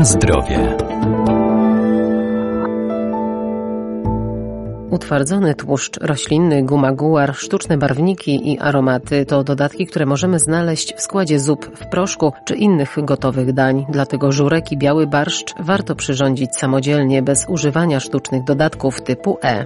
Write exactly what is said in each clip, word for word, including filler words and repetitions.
Na zdrowie. Utwardzony tłuszcz roślinny, guma guar, sztuczne barwniki i aromaty to dodatki, które możemy znaleźć w składzie zup w proszku czy innych gotowych dań. Dlatego żurek i biały barszcz warto przyrządzić samodzielnie, bez używania sztucznych dodatków typu E.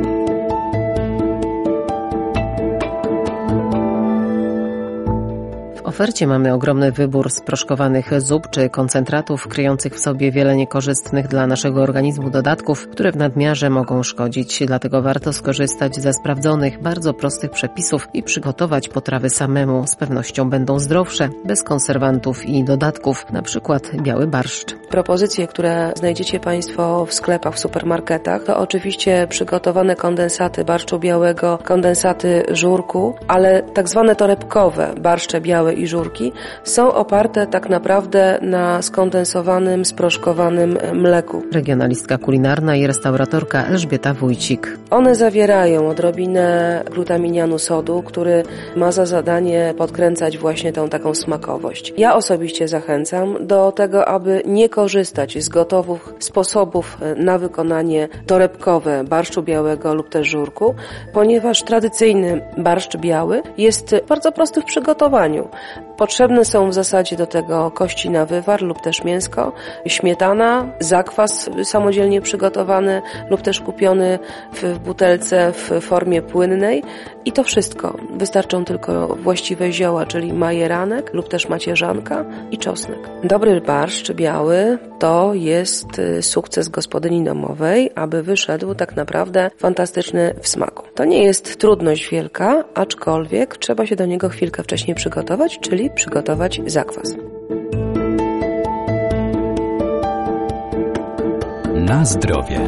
W ofercie mamy ogromny wybór sproszkowanych zup czy koncentratów kryjących w sobie wiele niekorzystnych dla naszego organizmu dodatków, które w nadmiarze mogą szkodzić. Dlatego warto skorzystać ze sprawdzonych, bardzo prostych przepisów i przygotować potrawy samemu. Z pewnością będą zdrowsze, bez konserwantów i dodatków, na przykład biały barszcz. Propozycje, które znajdziecie Państwo w sklepach, w supermarketach, to oczywiście przygotowane kondensaty barszczu białego, kondensaty żurku, ale tak zwane torebkowe barszcze białe i żurki są oparte tak naprawdę na skondensowanym, sproszkowanym mleku. Regionalistka kulinarna i restauratorka Elżbieta Wójcik. One zawierają odrobinę glutaminianu sodu, który ma za zadanie podkręcać właśnie tą taką smakowość. Ja osobiście zachęcam do tego, aby nie korzystać z gotowych sposobów na wykonanie torebkowe barszczu białego lub też żurku, ponieważ tradycyjny barszcz biały jest bardzo prosty w przygotowaniu. Potrzebne są w zasadzie do tego kości na wywar lub też mięsko, śmietana, zakwas samodzielnie przygotowany lub też kupiony w butelce w formie płynnej i to wszystko. Wystarczą tylko właściwe zioła, czyli majeranek lub też macierzanka i czosnek. Dobry barszcz biały to jest sukces gospodyni domowej, aby wyszedł tak naprawdę fantastyczny w smaku. To nie jest trudność wielka, aczkolwiek trzeba się do niego chwilkę wcześniej przygotować, czyli przygotować zakwas. Na zdrowie.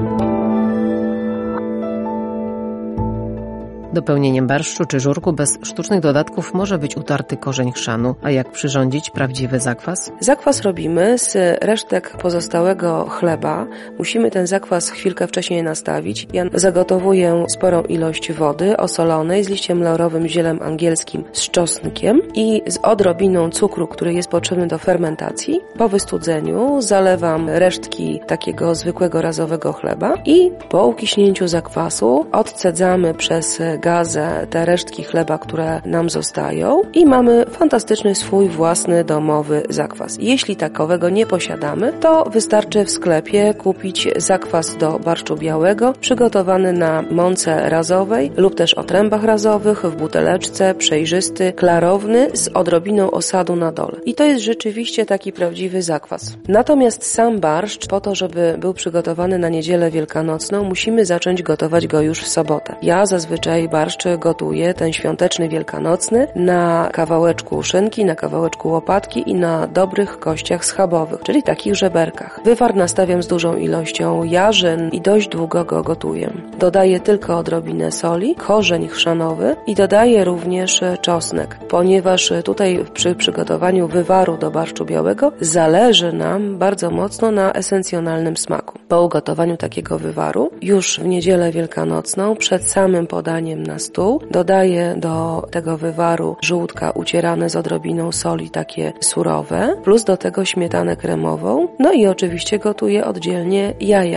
Dopełnieniem barszczu czy żurku bez sztucznych dodatków może być utarty korzeń chrzanu. A jak przyrządzić prawdziwy zakwas? Zakwas robimy z resztek pozostałego chleba. Musimy ten zakwas chwilkę wcześniej nastawić. Ja zagotowuję sporą ilość wody osolonej z liściem laurowym, zielem angielskim, z czosnkiem i z odrobiną cukru, który jest potrzebny do fermentacji. Po wystudzeniu zalewam resztki takiego zwykłego razowego chleba i po ukiśnięciu zakwasu odcedzamy przez gazę te resztki chleba, które nam zostają i mamy fantastyczny swój własny domowy zakwas. Jeśli takowego nie posiadamy, to wystarczy w sklepie kupić zakwas do barszczu białego przygotowany na mące razowej lub też otrębach razowych w buteleczce, przejrzysty, klarowny z odrobiną osadu na dole. I to jest rzeczywiście taki prawdziwy zakwas. Natomiast sam barszcz, po to, żeby był przygotowany na niedzielę wielkanocną, musimy zacząć gotować go już w sobotę. Ja zazwyczaj barszcz gotuję, ten świąteczny, wielkanocny, na kawałeczku szynki, na kawałeczku łopatki i na dobrych kościach schabowych, czyli takich żeberkach. Wywar nastawiam z dużą ilością jarzyn i dość długo go gotuję. Dodaję tylko odrobinę soli, korzeń chrzanowy i dodaję również czosnek, ponieważ tutaj przy przygotowaniu wywaru do barszczu białego zależy nam bardzo mocno na esencjonalnym smaku. Po ugotowaniu takiego wywaru już w niedzielę wielkanocną przed samym podaniem na stół dodaję do tego wywaru żółtka ucierane z odrobiną soli, takie surowe, plus do tego śmietanę kremową, no i oczywiście gotuję oddzielnie jaja.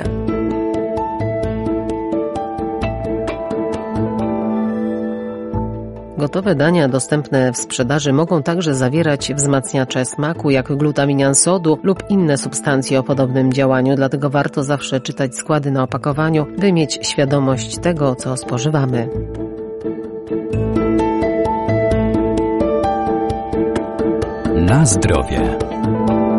Gotowe dania dostępne w sprzedaży mogą także zawierać wzmacniacze smaku, jak glutaminian sodu lub inne substancje o podobnym działaniu, dlatego warto zawsze czytać składy na opakowaniu, by mieć świadomość tego, co spożywamy. Na zdrowie.